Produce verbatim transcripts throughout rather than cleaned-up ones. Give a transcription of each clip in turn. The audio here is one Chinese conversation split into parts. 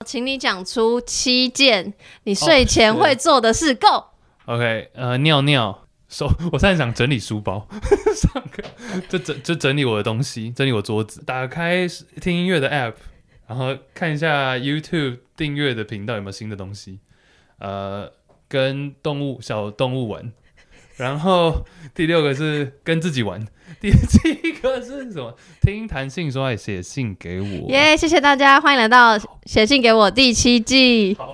请你讲出七件你睡前会做的事。Go。Oh, OK， 呃，尿尿。手，我现在想整理书包，上课就整就整理我的东西，整理我桌子，打开听音乐的 App， 然后看一下 YouTube 订阅的频道有没有新的东西，呃，跟动物小动物玩，然后第六个是跟自己玩，第七个是什么？听弹性说爱，写信给我。 耶、yeah, 谢谢大家，欢迎来到写信给我第七季。好。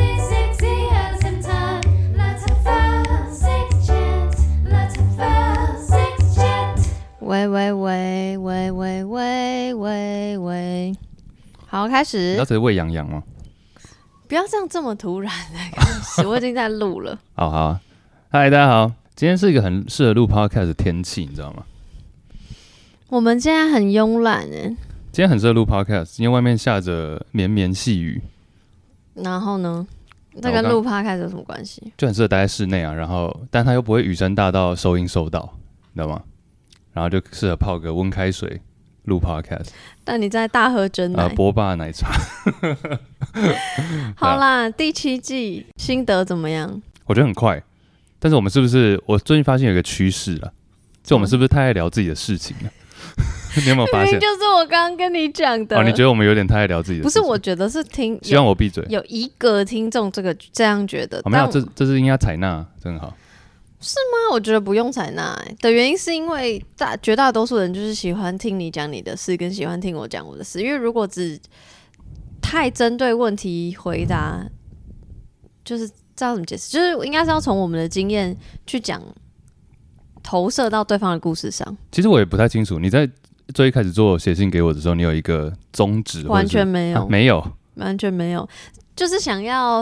喂喂喂喂喂喂喂喂，好，开始。 你知道这是胃痒痒吗？ 不要这样这么突然的开始，我已经在录了。 好好，嗨，大家好，今天是一个很适合录 podcast 的天气，你知道吗？ 我们现在很慵懒哎。 今天很适合录 podcast， 因为外面下着绵绵细雨。 然后呢？这跟录 podcast 有什么关系？ 就很适合待在室内啊，然后但它又不会雨声大到收音收到，你知道吗？然后就适合泡个温开水录 podcast。 但你在大喝真奶？ 呃，波霸奶茶。 好啦，第七季心得怎么样？ 我觉得很快，但是我们是不是？我最近发现有一个趋势了，就我们是不是太爱聊自己的事情了？你有没有发现？ 就是我刚刚跟你讲的。 哦，你觉得我们有点太爱聊自己的事情？ 不是，我觉得是听。 希望我闭嘴。 有一个听众这个这样觉得， 哦、没有，这这是应该采纳，真好。 是吗？我觉得不用采纳、欸、的原因是因为大绝大多数人就是喜欢听你讲你的事，跟喜欢听我讲我的事。因为如果只太针对问题回答，就是知道怎么解释，就是应该是要从我们的经验去讲，投射到对方的故事上。 其实我也不太清楚，你在最一开始做写信给我的时候，你有一个宗旨？ 完全没有、 啊，没有， 完全没有，就是想要。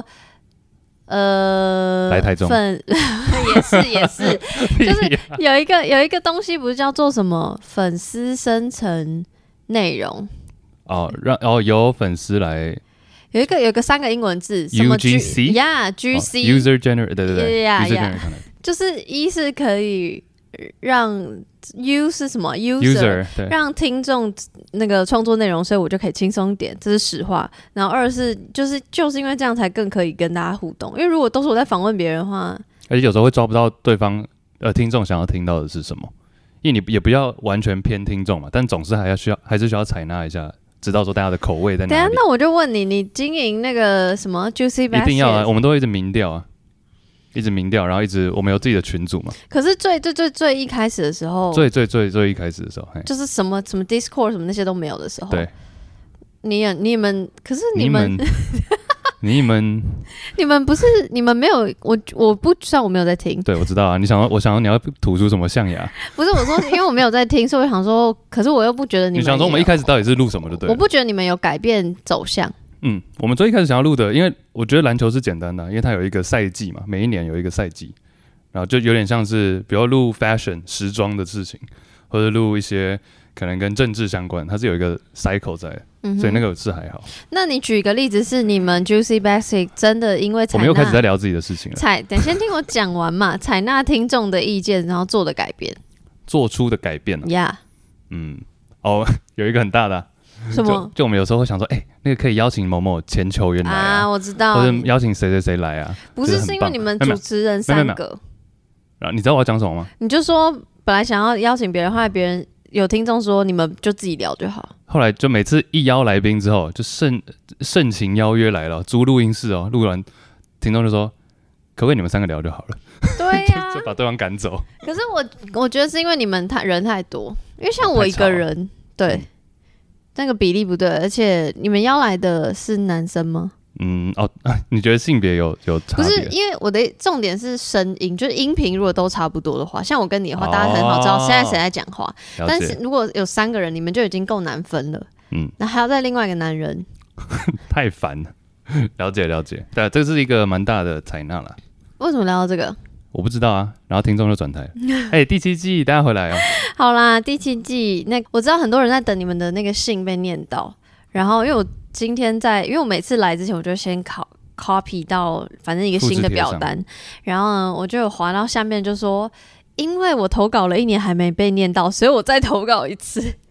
呃， 来台中也是也是，就是有一个有一个东西不是叫做什么粉丝生成内容哦，让哦由粉丝来有一个有一个三个英文字什么 U G C 呀 G C、 哦、User Generate 对对对 yeah, User yeah, Generate 就是一是可以让 U 是什么 user, user 让听众那个创作内容，所以我就可以轻松一点，这是实话。然后二是就是就是因为这样才更可以跟大家互动，因为如果都是我在访问别人的话， 而且有时候会抓不到对方呃听众想要听到的是什么，因为你也不要完全偏听众嘛，但总是还要需要还是需要采纳一下，知道说大家的口味在哪里。 等一下，那我就问你，你经营那个什么 Juicy Basket， 一定要啊，我们都会一直民调啊。一直民调，然后一直我们有自己的群组嘛。 可是最最最最一开始的时候， 最最最最一开始的时候， 就是什么什么 Discord 什么那些都没有的时候， 对， 你你们可是你们你们你们不是你们没有我我不知道我没有在听， 对我知道啊，你想要我想要你要吐出什么象牙？ 不是我说，因为我没有在听，所以我想说，可是我又不觉得你们你想说我们一开始到底是录什么就对了， 我不觉得你们有改变走向。 嗯，我们最一开始想要录的，因为我觉得篮球是简单的，因为它有一个赛季嘛，每一年有一个赛季，然后就有点像是，比如录 fashion 时装的事情，或者录一些可能跟政治相关，它是有一个 cycle 在的，嗯、所以那个是还好。 那你举一个例子，是你们 Juicy Basket 真的因为采纳， 我们又开始在聊自己的事情了。 采，等先听我讲完嘛，采纳听众的意见，然后做的改变， 做出的改变啊。 呀、yeah ， 嗯，哦，有一个很大的、啊。 什么？ 就, 就我们有时候会想说，哎、欸，那个可以邀请某某前球员来 啊, 啊，我知道， 或者邀请谁谁谁来啊。 不是，是因为你们主持人三个。 然后你知道我要讲什么吗？ 你就说本来想要邀请别人，后来别人有听众说你们就自己聊就好。 后来就每次一邀来宾之后，就盛盛情邀约来了，租录音室哦，录完听众就说，可不可以你们三个聊就好了？ 对呀、啊， 就把对方赶走。 可是我我觉得是因为你们太人太多，因为像我一个人，对。嗯，那个比例不对，而且你们邀来的是男生吗？ 嗯，哦，你觉得性别有有差别？ 不是，因为我的重点是声音，就是音频如果都差不多的话，像我跟你的话，哦、大家很好知道现在谁在讲话。但是如果有三个人，你们就已经够难分了。嗯，那还要再另外一个男人， 太烦了。了解了解，对，这是一个蛮大的采纳啦。 为什么聊到这个？ 我不知道啊，然后听众就转台了。哎、欸，第七季大家回来哦。 好啦，第七季那我知道很多人在等你们的那个信被念到，然后因为我今天在，因为我每次来之前我就先考 copy 到反正一个新的表单，然后呢我就有滑到下面就说，因为我投稿了一年还没被念到，所以我再投稿一次。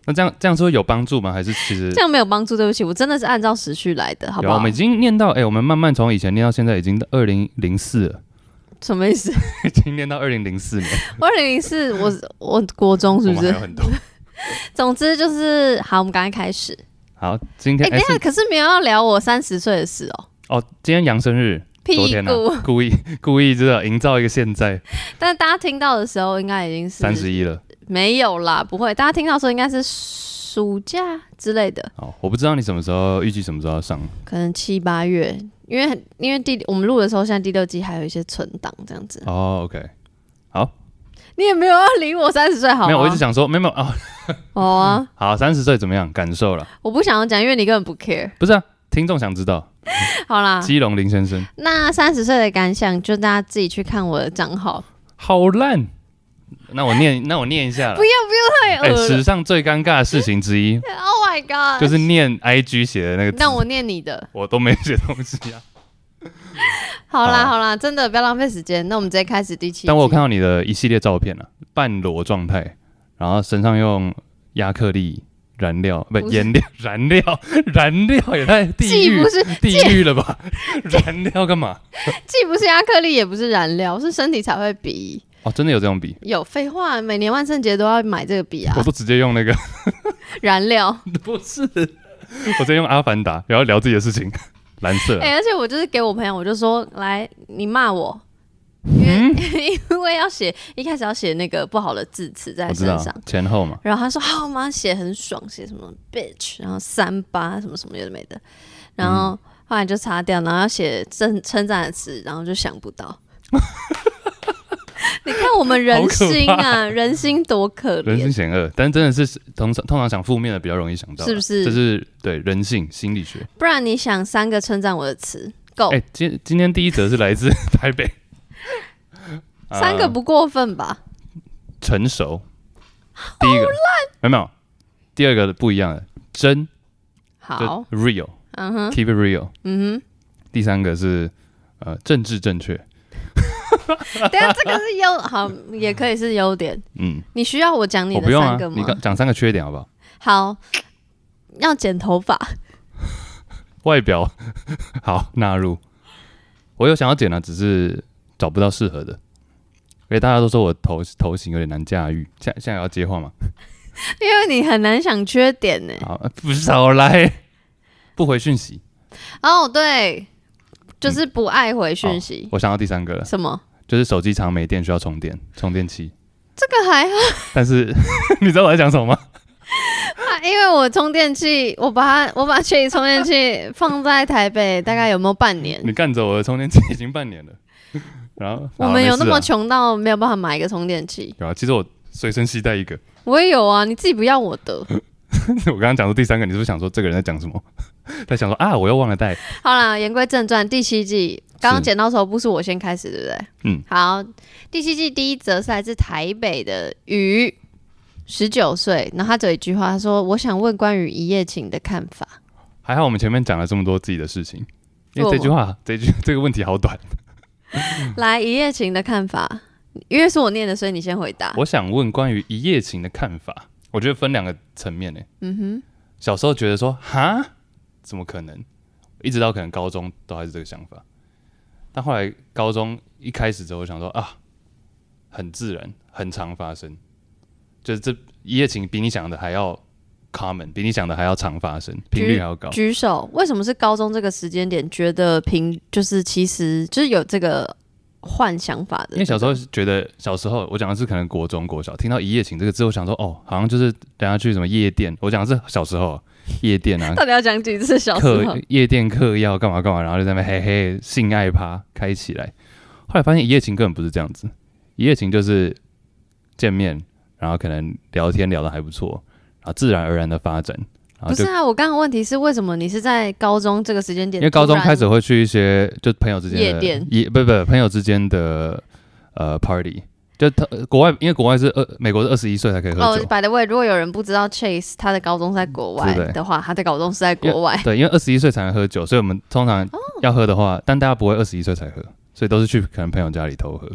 那这样这样说有帮助吗？还是其实这样没有帮助？对不起，我真的是按照时序来的，好不好？ 我们已经念到，哎、欸，我们慢慢从以前念到现在，已经二零零四了。 什么意思？ 已经念到二零零四年。 二零零四，我我国中是不是？ 我们还有很多。 总之就是好，我们赶快开始。 好，今天哎、欸，等一下，可是没有要聊我三十岁的事哦。 哦，今天杨生日。昨天啊，故意故意知道营造一个现在， 但是大家听到的时候应该已经是三十一了， 没有啦，不会，大家听到的时候应该是暑假之类的。 哦，我不知道你什么时候预计什么时候要上， 可能七八月，因为因为第我们录的时候，现在第六季还有一些存档这样子。 哦 ，OK， 好， 你也没有要理我三十岁好吗？ 没有，我一直想说，没有没有啊， 哦啊， 好，三十岁怎么样？感受了？ 我不想要讲，因为你根本不 care。 不是啊，听众想知道。 好啦， 基隆林先生， 那三十岁的感想，就大家自己去看我的账号。 好烂，那我念，那我念一下了。 不要不要太恶了、 欸。史上最尴尬的事情之一 ，Oh my god， 就是念 I G 写的那个字。 那我念你的， 我都没写东西啊。 好啦好啦，真的不要浪费时间。那我们直接开始第七集。 但我有看到你的一系列照片啊，半裸状态，然后身上用亚克力。燃料不颜料，燃料燃料也太地狱， 不是地狱了吧？燃料干嘛？ 既不是亚克力，也不是燃料，是身体才会笔。 哦，真的有这种笔？ 有，废话，每年万圣节都要买这个笔啊！ 我都直接用那个燃料， 不是，我直接用阿凡达，然后聊自己的事情，蓝色、啊。 哎、欸，而且我就是给我朋友，我就说来，你骂我。因为、嗯、因为要写一开始要写那个不好的字词在身上， 前后嘛。 然后他说好吗？写很爽，写什么 bitch， 然后三八什么什么有的没的，然后后来就擦掉，然后要写称称赞的词，然后就想不到。你看我们人心啊，人心多可怜， 人心险恶。但真的是通常通常想负面的比较容易想到， 是不是？ 这是对人性心理学。 不然你想三个称赞我的词够？哎、 欸，今今天第一则是来自台北。 三个不过分吧？ 成熟，第一个没有没有，第二个不一样的真， 好 real， 嗯哼 ，keep it real， 嗯哼， 第三个是呃政治正确。 等一下这个是优，好也可以是优点。嗯，你需要我讲你的三个吗？ 我不用啊，你讲三个缺点好不好？ 好，要剪头发， 外表好纳入，我有想要剪啊，只是找不到适合的。因为大家都说我头头型有点难驾驭，现在现在要接话吗？ 因为你很难想缺点呢。 好，不少来，不回讯息。 哦，对，就是不爱回讯息。 嗯哦、我想到第三个了。 什么？ 就是手机常没电，需要充电，充电器。 这个还好。 但是你知道我在讲什么吗？ 啊，因为我充电器，我把它，我把这里充电器放在台北，大概有没有半年？ 你干走我的充电器已经半年了。然后我们有那么穷到没有办法买一个充电器？ 有啊，其实我随身携带一个。 我也有啊，你自己不要我的。 我刚刚讲说第三个，你是不是想说这个人在讲什么？在想说啊，我又忘了带。 好啦，言归正传，第七季刚刚剪刀手不是我先开始，对不对？嗯。好，第七季第一则是来自台北的鱼，十九岁，然后他只有一句话，他说：“我想问关于一夜情的看法。” 还好我们前面讲了这么多自己的事情，因为这句话，这句这个问题好短。 来，一夜情的看法，因为是我念的，所以你先回答。 我想问关于一夜情的看法，我觉得分两个层面呢。嗯哼，小时候觉得说哈，怎么可能？一直到可能高中都还是这个想法，但后来高中一开始之后，我想说啊，很自然，很常发生，就是这一夜情比你想的还要 common， 比你想的还要常发生，频率还要高。 举手，为什么是高中这个时间点觉得频就是其实就是有这个换想法的？ 因为小时候觉得，小时候我讲的是可能国中、国小，听到一夜情这个字，我想说哦，好像就是等下去什么夜店。我讲的是小时候夜店啊， 到底要讲几次小时候？ 夜店嗑药干嘛干嘛，然后就在那边嘿嘿性爱趴开起来。后来发现一夜情根本不是这样子，一夜情就是见面，然后可能聊天聊得还不错。啊，自然而然的发展。 不是啊，我刚刚问题是为什么你是在高中这个时间点？ 因为高中开始会去一些就朋友之间的夜店， 也不不朋友之间的呃 party， 就他国外，因为国外是二美国是二十一岁才可以喝酒。 哦 ，by the way， 如果有人不知道 Chase 他的高中是在国外的话，他的高中是在国外。 对，因为二十一岁才能喝酒，所以我们通常要喝的话，但大家不会二十一岁才喝，所以都是去可能朋友家里偷喝。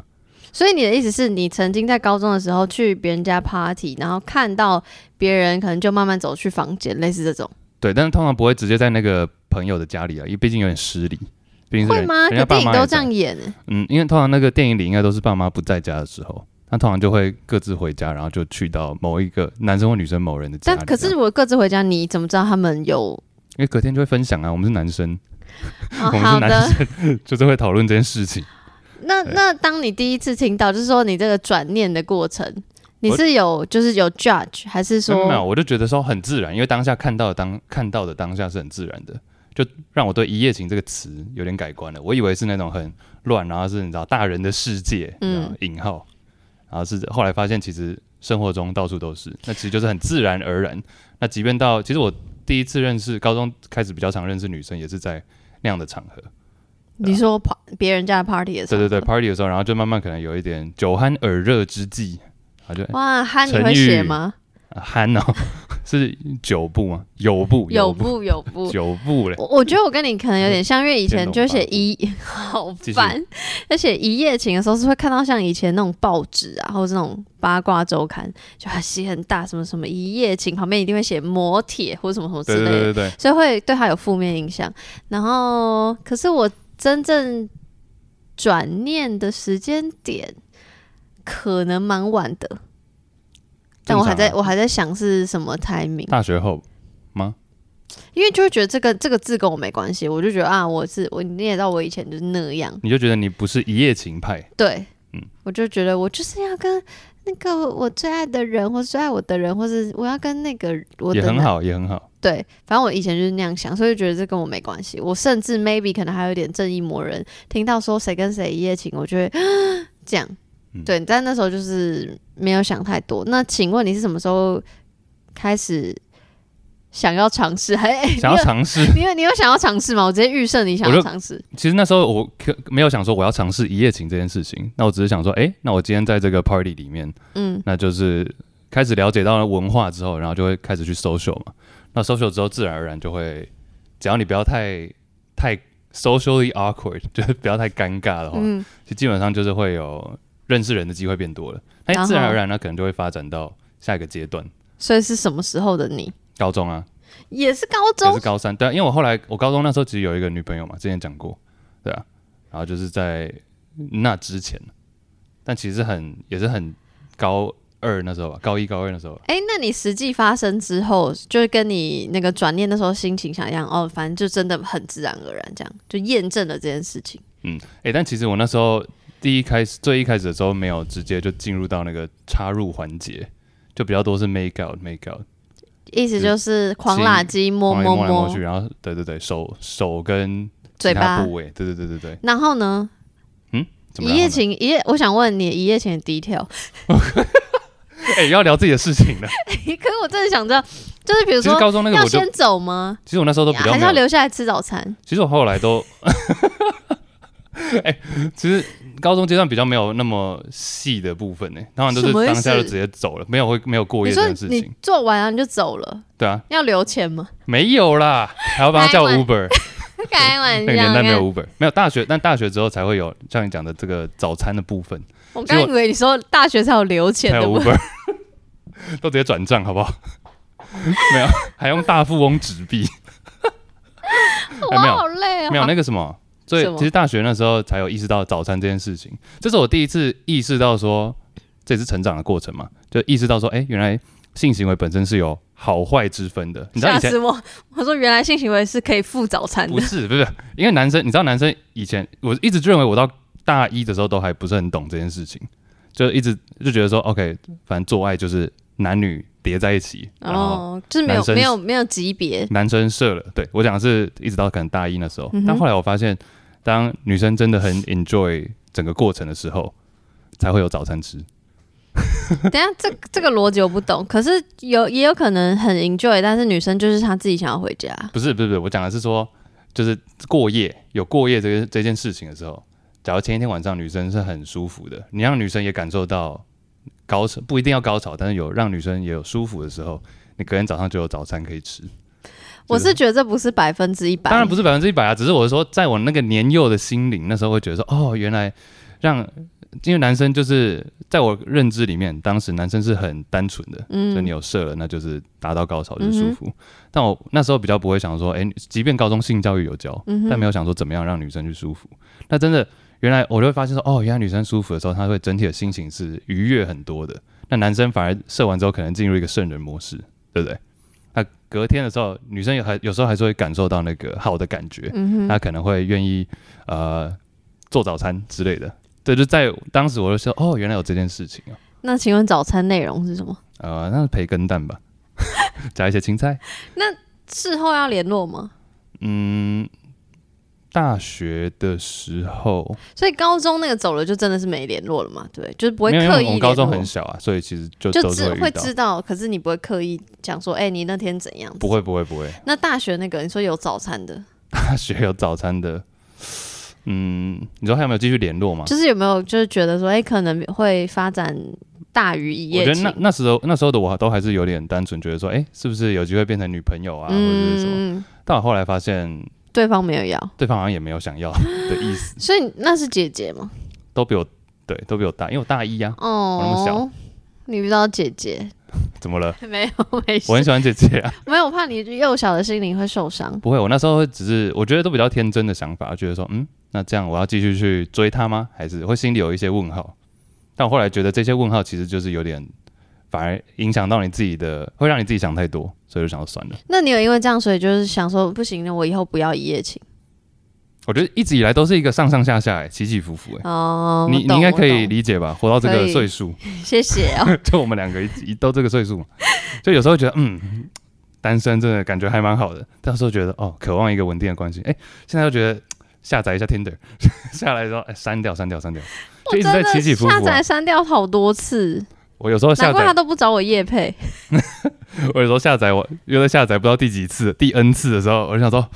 所以你的意思是你曾经在高中的时候去别人家 party， 然后看到别人可能就慢慢走去房间，类似这种。 对，但是通常不会直接在那个朋友的家里啊，因为毕竟有点失礼。 会吗？可电影都这样演、欸。 嗯，因为通常那个电影里应该都是爸妈不在家的时候，那通常就会各自回家，然后就去到某一个男生或女生某人的家里。 但可是我各自回家，你怎么知道他们有？ 因为隔天就会分享啊，我们是男生， 哦、 我们是男生，就是会讨论这件事情。 那那当你第一次听到，就是说你这个转念的过程，你是有就是有 judge 还是说？ 没有，我就觉得说很自然，因为当下看到的当看到的当下是很自然的。就让我对一夜情这个词有点改观了。我以为是那种很乱，然后是你知道大人的世界，嗯，引号，然后是后来发现其实生活中到处都是，那其实就是很自然而然。那即便到其实我第一次认识，高中开始比较常认识女生，也是在那样的场合。 你说别人家的 party 的时候？ 对对对 ，party 的时候，然后就慢慢可能有一点酒酣耳热之际，然后就哇，酣你会写吗？ 酣哦，是酒部吗？有部有部有部酒部嘞。 我我觉得我跟你可能有点像，因为以前就写一好烦，而且一夜情的时候是会看到像以前那种报纸啊，或者是那种八卦周刊，就还写很大什么什么一夜情，旁边一定会写摩铁或者什么什么之类的， 对对对对， 所以会对他有负面印象。然后，可是我真正转念的时间点可能蛮晚的。但我还在、啊、我还在想是什么 timing， 大学后吗？ 因为就会觉得这个这个字跟我没关系，我就觉得啊，我是我你也知道我以前就是那样， 你就觉得你不是一夜情派， 对，嗯，我就觉得我就是要跟那个我最爱的人，或最爱我的人，或是我要跟那个我的也很好，也很好， 对，反正我以前就是那样想，所以觉得这跟我没关系。我甚至 maybe 可能还有点正义魔人，听到说谁跟谁一夜情，我就会这样。嗯、对，但那时候就是没有想太多。那请问你是什么时候开始想要尝试？还想要尝试？ 你有你有想要尝试吗？我直接预设你想要尝试。 其实那时候我没有想说我要尝试一夜情这件事情，那我只是想说，哎、欸，那我今天在这个 party 里面，嗯，那就是开始了解到了文化之后，然后就会开始去 social 嘛。那 social 之后，自然而然就会，只要你不要太太 socially awkward， 就是不要太尴尬的话，嗯，就基本上就是会有认识人的机会变多了，那自然而然呢，可能就会发展到下一个阶段。 所以是什么时候的你？ 高中啊， 也是高中， 也是高三。对、啊，因为我后来我高中那时候其实有一个女朋友嘛，之前讲过，对啊，然后就是在那之前，但其实很也是很高二那时候吧，高一高二那时候。 哎、欸，那你实际发生之后，就是跟你那个转念的时候心情想一样哦，反正就真的很自然而然，这样就验证了这件事情。 嗯，哎、欸，但其实我那时候。第一开始最一开始的时候没有直接就进入到那个插入环节，就比较多是 make out make out， 意思就是狂拉机摸摸摸来摸去，然后对对对手手跟其他部位，对对对对对。 然后呢？ 嗯， 一夜情一夜，我想问你一夜情的 detail。 哎、欸，要聊自己的事情了。 可是我真的想知道，就是比如说， 高中那个我就要先走吗？ 其实我那时候都比较没有， 还是要留下来吃早餐。 其实我后来都，哎、欸，其实。高中阶段比较没有那么细的部分呢，当然都是当下就直接走了，没有会没有过夜这件事情。 你做完了你就走了？ 对啊， 要留钱吗？ 没有啦，还要帮他叫 Uber。 开玩笑， 那个年代没有 Uber， 没有大学，但大学之后才会有像你讲的这个早餐的部分。 我刚以为你说大学才有留钱的部分， 都直接转账好不好？没有，还用大富翁纸币。 我好累啊！ 没有那个什么。所以其实大学那时候才有意识到早餐这件事情，这是我第一次意识到说，这也是成长的过程嘛，就意识到说，哎、欸，原来性行为本身是有好坏之分的。你知道以前，吓死我！ 我说原来性行为是可以付早餐的， 不是不是，因为男生，你知道男生以前我一直认为我到大一的时候都还不是很懂这件事情，就一直就觉得说 ，OK， 反正做爱就是男女叠在一起， 哦，就是没有没有没有级别， 男生射了，对我讲的是一直到可能大一那时候，嗯、但后来我发现。当女生真的很 enjoy 整个过程的时候，才会有早餐吃。 等一下，这这个逻辑我不懂。可是有也有可能很 enjoy， 但是女生就是她自己想要回家。 不是不是不是，我讲的是说，就是过夜有过夜这个这件事情的时候，假如前一天晚上女生是很舒服的，你让女生也感受到高潮，不一定要高潮，但是有让女生也有舒服的时候，你隔天早上就有早餐可以吃。 我是觉得这不是百分之一百， 当然不是百分之一百啊，只是我是说，在我那个年幼的心灵，那时候会觉得说，哦，原来让因为男生就是在我认知里面，当时男生是很单纯的， 嗯， 就你有射了，那就是达到高潮就是舒服。嗯、但我那时候比较不会想说，哎、欸，即便高中性教育有教，嗯、但没有想说怎么样让女生去舒服。那真的，原来我就会发现说，哦，原来女生舒服的时候，她会整体的心情是愉悦很多的。那男生反而射完之后，可能进入一个圣人模式，对不对？那隔天的时候，女生有还有时候还是会感受到那个好的感觉，嗯、她可能会愿意呃做早餐之类的。对，就在当时我就说，哦，原来有这件事情啊。 那请问早餐内容是什么？ 呃，那是培根蛋吧，加一些青菜。 那事后要联络吗？ 嗯，大学的时候， 所以高中那个走了就真的是没联络了嘛？对，就是不会刻意联络。 我们高中很小啊，所以其实就就都是 会, 会知道，可是你不会刻意讲说，哎、欸，你那天怎样？ 不会，不会，不会。 那大学那个，你说有早餐的？ 大学有早餐的。嗯，你说还有没有继续联络吗？ 就是有没有就是觉得说，哎、欸，可能会发展大于一夜情？ 我觉得那那时候那时候的我都还是有点单纯，觉得说，哎、欸，是不是有机会变成女朋友啊，嗯、或者是什么？但我后来发现， 对方没有要， 对方好像也没有想要的意思。 所以那是姐姐吗？ 都比我对，都比我大，因为我大一啊，哦，我那么小。 你遇到姐姐？ 怎么了？ 没有，没事。 我很喜欢姐姐啊。 没有，我怕你幼小的心灵会受伤。 不会，我那时候会只是我觉得都比较天真的想法，觉得说，嗯，那这样我要继续去追她吗？还是会心里有一些问号？但我后来觉得这些问号其实就是有点，反而影响到你自己的，会让你自己想太多，所以就想说算了。 那你有因为这样，所以就是想说，不行，那我以后不要一夜情。 我觉得一直以来都是一个上上下下、欸，起起伏伏、欸。 哦， 你你应该可以理解吧？活到这个岁数， 谢谢哦。 就我们两个一都这个岁数，就有时候觉得嗯，单身真的感觉还蛮好的，但有时候觉得哦，渴望一个稳定的关系。哎、欸，现在又觉得下载一下 Tinder， 下来之后哎删掉删掉删掉，就一直在起起伏伏、啊。 下载删掉好多次。 我有时候下载， 难怪他都不找我业配。 我有时候下载，我又在下载不知道第几次、第 N 次的时候，我就想说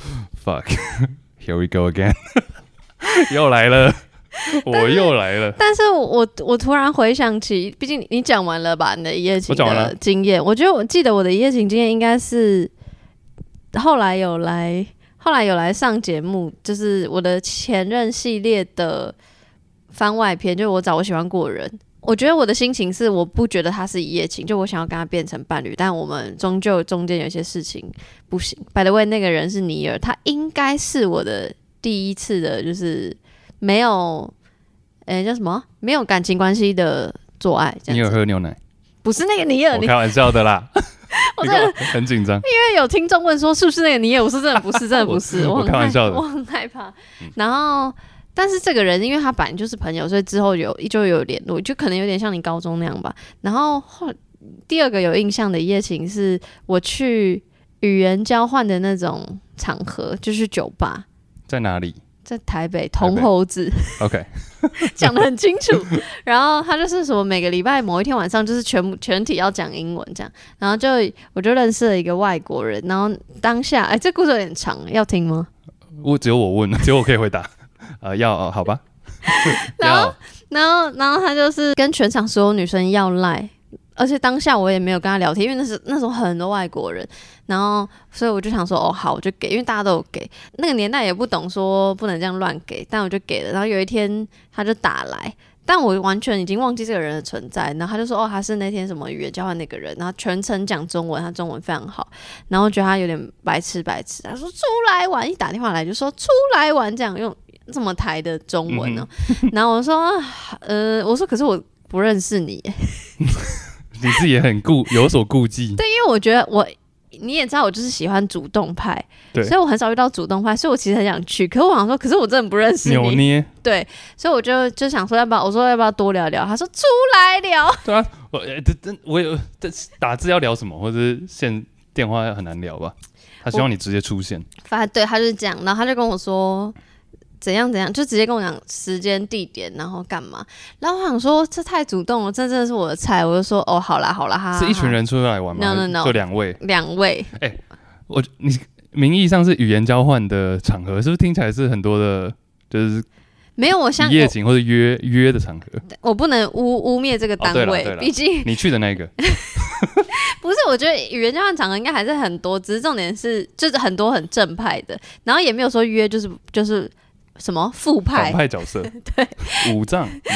，fuck。Here we go again， 又来了，我又来了。 但是我我突然回想起，毕竟你讲完了吧，你的一夜情的经验，我, 我觉得我记得我的一夜情经验应该是后来有来，后来有来上节目，就是我的前任系列的番外篇，就是我找我喜欢过的人。我觉得我的心情是，我不觉得他是一夜情，就我想要跟他变成伴侣，但我们终究中间有些事情不行。By the way， 那个人是尼尔，他应该是我的第一次的，就是没有，诶、欸、叫什么？没有感情关系的做爱。 你有喝牛奶？ 不是那个尼尔， 我开玩笑的啦。 我真的很紧张， 因为有听众问说是不是那个尼尔，我说真的不是，真的不是， 我, 我开玩笑的， 我很害怕。然后。但是这个人，因为他本来就是朋友，所以之后有就有联络，就可能有点像你高中那样吧。然后后第二个有印象的一夜情是我去语言交换的那种场合，就是酒吧。 在哪里？ 在台北铜猴子。 OK， 讲得很清楚。然后他就是什么每个礼拜某一天晚上，就是全全体要讲英文这样。然后就我就认识了一个外国人。然后当下，哎，这故事有点长，要听吗？ 我只有我问，只有我可以回答。呃，要、哦、好吧。 然后，然后，然后他就是跟全场所有女生要赖，而且当下我也没有跟他聊天，因为那时那时候很多外国人，然后所以我就想说，哦，好，我就给，因为大家都有给。那个年代也不懂说不能这样乱给，但我就给了。然后有一天他就打来，但我完全已经忘记这个人的存在。然后他就说，哦，他是那天什么语言交换那个人，然后全程讲中文，他中文非常好。然后觉得他有点白痴白痴，他说出来玩，一打电话来就说出来玩，这样用。这么台的中文呢、喔嗯，然后我说，呃，我说可是我不认识你， 你自己也很顾有所顾忌。 对，因为我觉得我你也知道我就是喜欢主动派，对，所以我很少遇到主动派，所以我其实很想去，可是我想说，可是我真的不认识你， 扭捏， 对，所以我就就想说要不要，我说要不要多聊聊，他说出来聊， 对啊，我这我有打字要聊什么，或者是线电话很难聊吧，他希望你直接出现， 反正对他就是这样，然后他就跟我说。怎样怎样，就直接跟我讲时间地点，然后干嘛？然後我想說，這太主動了，這真的是我的菜。我就說，哦，好啦好啦，哈哈。是一群人出來玩嗎 ？No No No， 就兩位。 兩位。 哎、欸，我你名義上是語言交換的場合，是不是聽起來是很多的，就是沒有我像一夜情或者約約的場合？ 我不能污污蔑這個單位，畢、哦、竟你去的那個。 不是，我覺得語言交換場合應該還是很多，只是重點是就是很多很正派的，然後也沒有說約就是就是。什麼副派反派角色， 對， 武藏、嗯，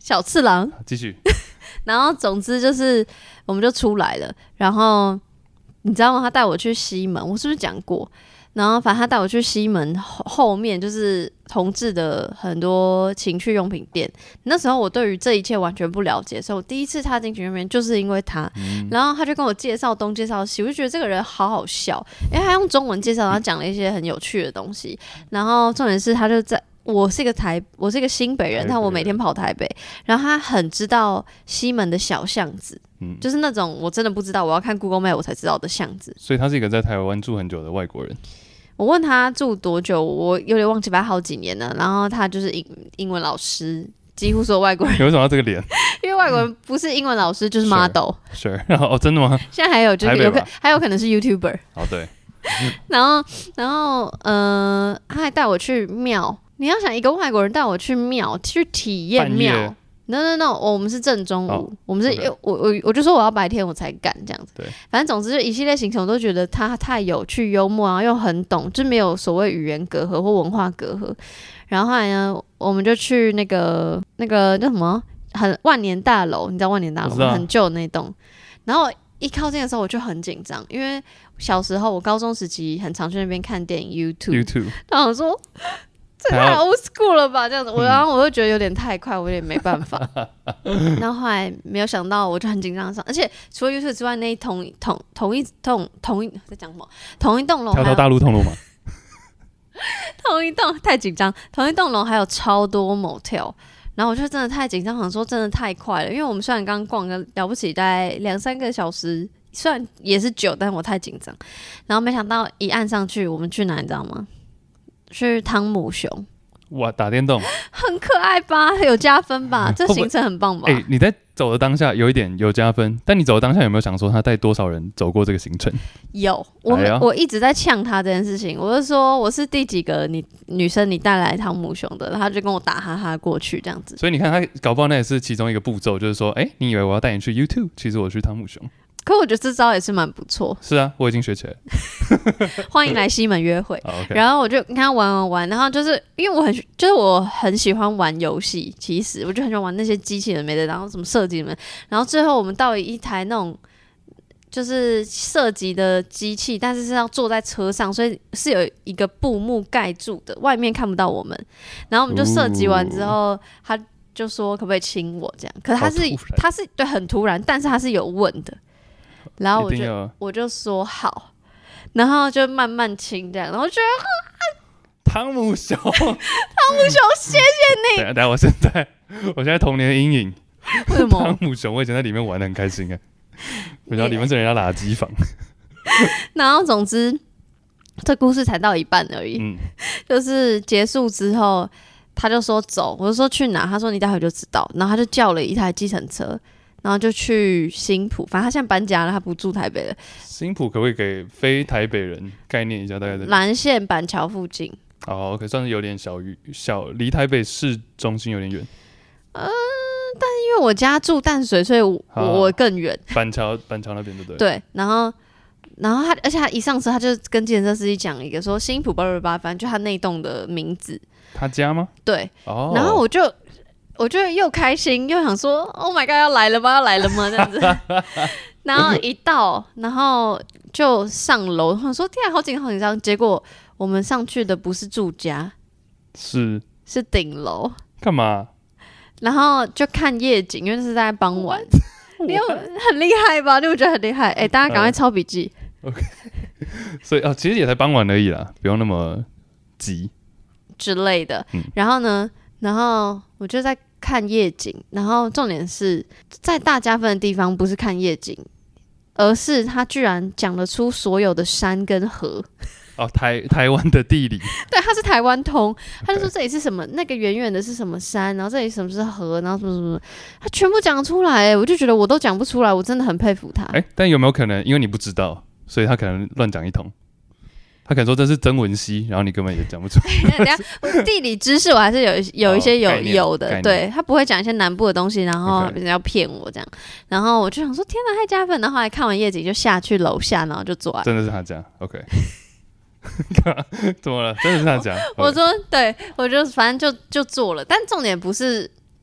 小次郎。 继续。 然后总之就是我们就出来了，然后你知道吗？他带我去西门，我是不是讲过？然后反正他带我去西门后面就是同志的很多情趣用品店。那时候我对于这一切完全不了解，所以我第一次踏进情趣用品店就是因为他、嗯、然后他就跟我介绍东介绍西，我就觉得这个人好好笑，因为他用中文介绍，然后讲了一些很有趣的东西。然后重点是他就在我是一个台我是一个新北人，但我每天跑台北，然后他很知道西门的小巷子、嗯、就是那种我真的不知道，我要看 Google Map 我才知道的巷子。 所以他是一个在台湾住很久的外国人。 我问他住多久，我有点忘记，吧，好几年了。然后他就是英英文老师，几乎所有外国人。 你为什么要这个脸？ 因为外国人不是英文老师就是 model。 是、sure. sure. 哦，真的吗？ 现在还有就是有可还有可能是 YouTuber。 哦，对。 然后然后呃，他还带我去庙。你要想一个外国人带我去庙去体验庙。No no no， 我们是正中午， oh, 我们是、okay. 我我我就说我要白天我才敢这样子。对，反正总之就一系列行程，我都觉得他太有趣、幽默，然后又很懂，就没有所谓语言隔阂或文化隔阂。然后后来呢，我们就去那个那个叫什么，很万年大楼，你知道万年大楼很旧的那栋。然后一靠近的时候我就很紧张，因为小时候我高中时期很常去那边看电影 YouTube，, YouTube 然后我说。这太 old school 了吧，这样子，我然后我就觉得有点太快，我有点没办法。然后后来没有想到，我就很紧张上，而且除了 YouTube 之外，那一同同同一同同一在讲什么？同一栋楼， 跳到大陆通路吗？ 同一栋太紧张，同一栋楼还有超多 motel， 然后我就真的太紧张，想说真的太快了，因为我们虽然刚逛个了不起，大概两三个小时，虽然也是久，但我太紧张。然后没想到一按上去，我们去哪你知道吗？去汤姆熊。 哇，打电动很可爱吧？有加分吧？这行程很棒吧？ 哎、欸，你在走的当下有一点有加分，但你走的当下有没有想说他带多少人走过这个行程？ 有，我、哎、我一直在呛他这件事情，我就说我是第几个你女生你带来汤姆熊的，然后他就跟我打哈哈过去这样子。 所以你看他搞不好那也是其中一个步骤，就是说，哎、欸，你以为我要带你去 YouTube， 其实我去汤姆熊。 可我觉得这招也是蛮不错。 是啊，我已经学起来了。 欢迎来西门约会。 oh, okay. 然后我就跟他玩玩玩，然后就是因为我很就是我很喜欢玩游戏，其实我就很喜欢玩那些机器人没的，然后什么射击们，然后最后我们到了一台那种就是射击的机器，但是是要坐在车上，所以是有一个布幕盖住的，外面看不到我们。然后我们就射击完之后，他就说可不可以亲我这样？可是他是他是对很突然，但是他是有问的。然后我就我就说好，然后就慢慢亲这样，然后觉得汤姆熊，汤姆熊，谢谢你。 等下等下，我现在我现在童年的阴影。 为什么？ 汤姆熊，我以前在里面玩的很开心哎，我知道里面是人家垃圾房。 然后总之，这故事才到一半而已，嗯、就是结束之后，他就说走，我就说去哪？他说你待会就知道。然后他就叫了一台计程车。然后就去新埔，反正他现在搬家了，他不住台北了。 新埔可不可以给非台北人概念一下？大概在蓝线板桥附近。 哦 ，OK， 算是有点小小，离台北市中心有点远。 嗯、呃，但因为我家住淡水，所以我我更远。 板桥板桥那边对不对？ 对，然后然后他，而且他一上车，他就跟计程车司机讲一个说新埔八六八，反正就他那栋的名字。 他家吗？ 对。 哦。 然后我就。我就又开心又想说 Oh my god 要来了吗要来了吗这样子然后一到然后就上楼，我说天啊好紧张好紧张，结果我们上去的不是住家， 是是顶楼。 干嘛？ 然后就看夜景，因为是在傍晚。你有很厉害吧？你有觉得很厉害？哎、欸，大家赶快抄笔记、 uh, OK 所以哦其实也才傍晚而已啦，不用那么急之类的、嗯、然后呢然后我就在看夜景，然后重点是在大加分的地方不是看夜景，而是他居然讲得出所有的山跟河。 哦，台台湾的地理， 对，他是台湾通，他就说这里是什么， okay. 那个远远的是什么山，然后这里什么是河，然后什么什么，他全部讲出来，我就觉得我都讲不出来，我真的很佩服他。 哎，但有没有可能因为你不知道，所以他可能乱讲一通？他可能说这是曾文溪，然后你根本也讲不出来。 等一下，我地理知识我还是有有一些有、哦、有的，对，他不会讲一些南部的东西，然后人家要骗我这样， okay. 然后我就想说天哪，太加分！然后后来看完夜景就下去楼下，然后就做爱。 真的是他家 ，OK？ 怎么了？真的是他家？ 我说对，我就反正就就做了，但重点不是。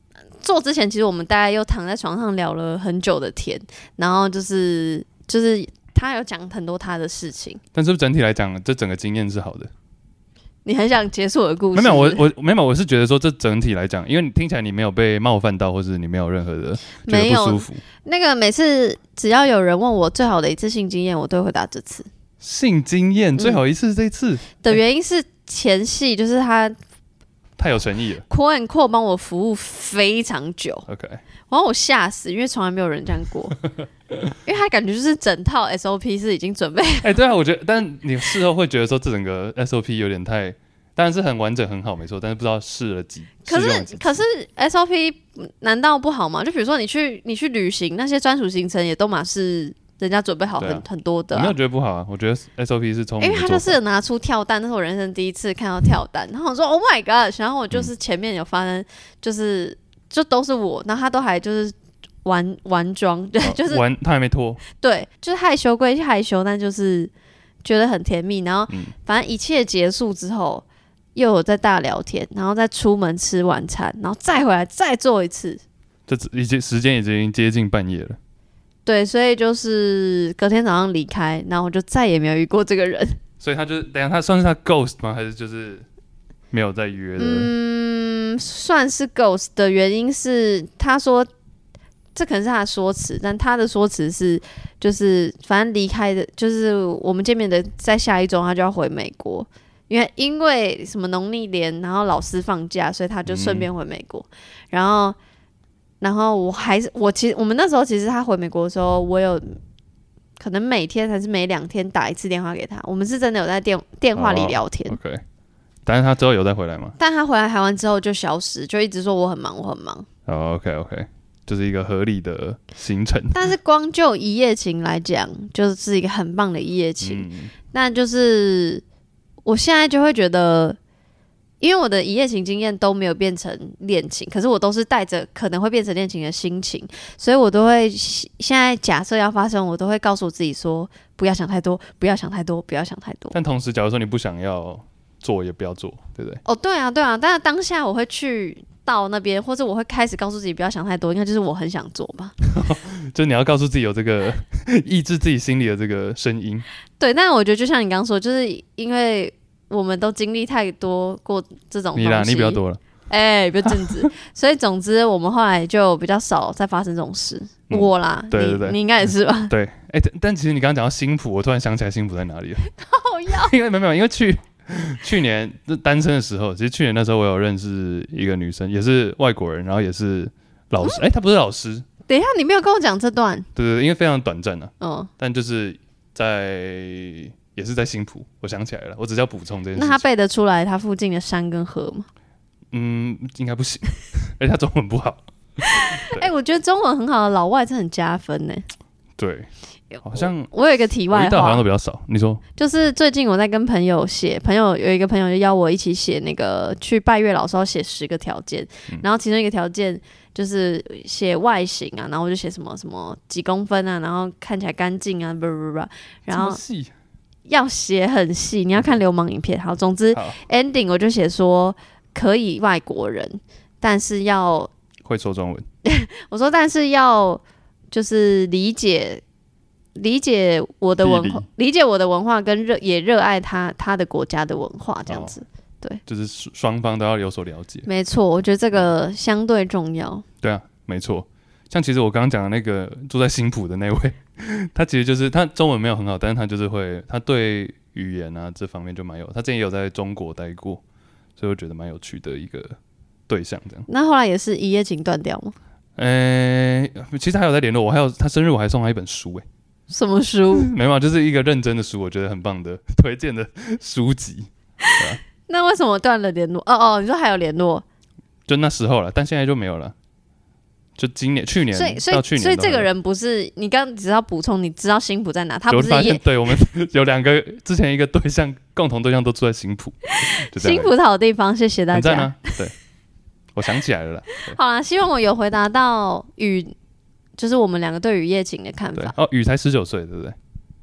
做之前，其实我们大概又躺在床上聊了很久的天，然后就是就是他有讲很多他的事情。 但是整体来讲，这整个经验是好的。 你很想结束我的故事？ 没有，我我没有，我是觉得说这整体来讲，因为你听起来你没有被冒犯到，或是你没有任何的觉得不舒服。 那个每次只要有人问我最好的一次性经验，我都会回答这次。性经验最好一次是这一次、嗯、 的原因是前戏就是他太有诚意了 ，quote and quote 帮我服务非常久。 OK， 然后我吓死，因为从来没有人这样过。因为他感觉就是整套 S O P 是已经准备。 哎、欸，对啊，我觉得，但你事后会觉得说这整个 S O P 有点太，当然是很完整很好，没错，但是不知道试了几， 可是可是 S O P 难道不好吗？就比如说你去你去旅行，那些专属行程也都嘛是人家准备好很、啊、很多的、啊。 我没有觉得不好啊，我觉得 S O P 是聪明的， 因为他就是有拿出跳蛋，那是我人生第一次看到跳蛋，然后我说 Oh my God， 然后我就是前面有发生，就是、嗯、就都是我，然后他都还就是。玩玩妆，对，哦、就是玩，他还没脱， 对，就是害羞归害羞，但就是觉得很甜蜜。然后，嗯、反正一切结束之后，又有在大聊天，然后再出门吃晚餐，然后再回来再做一次。 这已经时间已经接近半夜了。 对，所以就是隔天早上离开，然后我就再也没有遇过这个人。 所以他就等一下，他算是他 ghost 吗？还是就是没有再约的？ 嗯，算是 ghost 的原因是他说。这可能是他的说辞，但他的说辞是，就是反正离开的，就是我们见面的，在下一周他就要回美国，因为因为什么农历年，然后老师放假，所以他就顺便回美国。嗯、然后，然后我还是我其实我们那时候其实他回美国的时候，我有可能每天还是每两天打一次电话给他，我们是真的有在电电话里聊天。 Oh, OK， 但是他之后有再回来吗？ 但他回来台湾之后就消失，就一直说我很忙，我很忙。 哦、oh, OK OK。就是一个合理的行程， 但是光就一夜情来讲，就是一个很棒的一夜情。嗯、但就是我现在就会觉得，因为我的一夜情经验都没有变成恋情，可是我都是带着可能会变成恋情的心情，所以我都会现在假设要发生，我都会告诉自己说，不要想太多，不要想太多，不要想太多。 但同时，假如说你不想要做，也不要做，对不对？ 哦，对啊，对啊，但是当下我会去。到那边，或者我会开始告诉自己不要想太多，应该就是我很想做吧。 就是你要告诉自己有这个抑制自己心里的这个声音。 对，但我觉得就像你刚刚说，就是因为我们都经历太多过这种东西。 你啦，你比较多了。 哎、欸，不要正直。所以总之，我们后来就比较少再发生这种事。嗯、我啦， 对对对， 你, 你应该也是吧？ 嗯、对，哎、欸，但其实你刚刚讲到新埔，我突然想起来新埔在哪里了。 靠腰。 因为没有没有，因为去。去年单身的时候，其实去年那时候我有认识一个女生，也是外国人，然后也是老师。哎、嗯，她、欸、不是老师。 等一下，你没有跟我讲这段。 对对对，因为非常短暂啊。 嗯。 但就是在也是在新埔，我想起来了，我只是要补充这件事情。 那他背得出来他附近的山跟河吗？ 嗯，应该不行，而且他中文不好。 哎、欸，我觉得中文很好的老外真的很加分呢。 对。好像我, 我有一个题外话， 遇到好像都比较少。你说， 就是最近我在跟朋友写，朋友有一个朋友就邀我一起写那个去拜月老时候写十个条件、嗯，然后其中一个条件就是写外形啊，然后我就写什么什么几公分啊，然后看起来干净啊，不不不，然后要写很细，你要看流氓影片。好，总之 ending 我就写说可以外国人，但是要会说中文。 我说但是要就是理解。理解我的文化，理解我的文化，跟热也热爱他他的国家的文化，这样子，哦、对， 就是双方都要有所了解。 没错，我觉得这个相对重要。 对啊，没错。像其实我刚刚讲的那个住在新埔的那位，他其实就是他中文没有很好，但是他就是会，他对语言啊这方面就蛮有。他之前也有在中国待过，所以我觉得蛮有趣的一个对象。这样。 那后来也是一夜情断掉吗？ 呃、欸，其实还有在联络我，还有他生日我还送他一本书、欸，哎。 什么书？ 没有，就是一个认真的书，我觉得很棒的推荐的书籍。啊、 那为什么断了联络？哦哦，你说还有联络？ 就那时候了，但现在就没有了。就今年、去年到去年， 所以这个人不是你刚只要补充，你知道新埔在哪？他不是发现对我们有两个之前一个对象，共同对象都住在新埔。 新埔好地方，谢谢大家。 很赞啊！对，我想起来了啦。 好啦，希望我有回答到与。就是我们两个对于夜情的看法。 哦，雨才十九岁，对不对？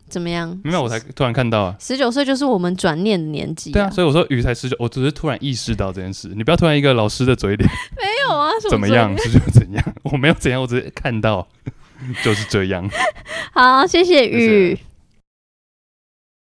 怎么样？ 没有，我才突然看到啊。 十九岁就是我们转念的年纪、啊。 对啊，所以我说鱼才十九，我只是突然意识到这件事。你不要突然一个老师的嘴脸。 没有啊，什么怎么样？这就怎样？我没有怎样，我只是看到就是这样。 好，谢谢鱼。谢谢。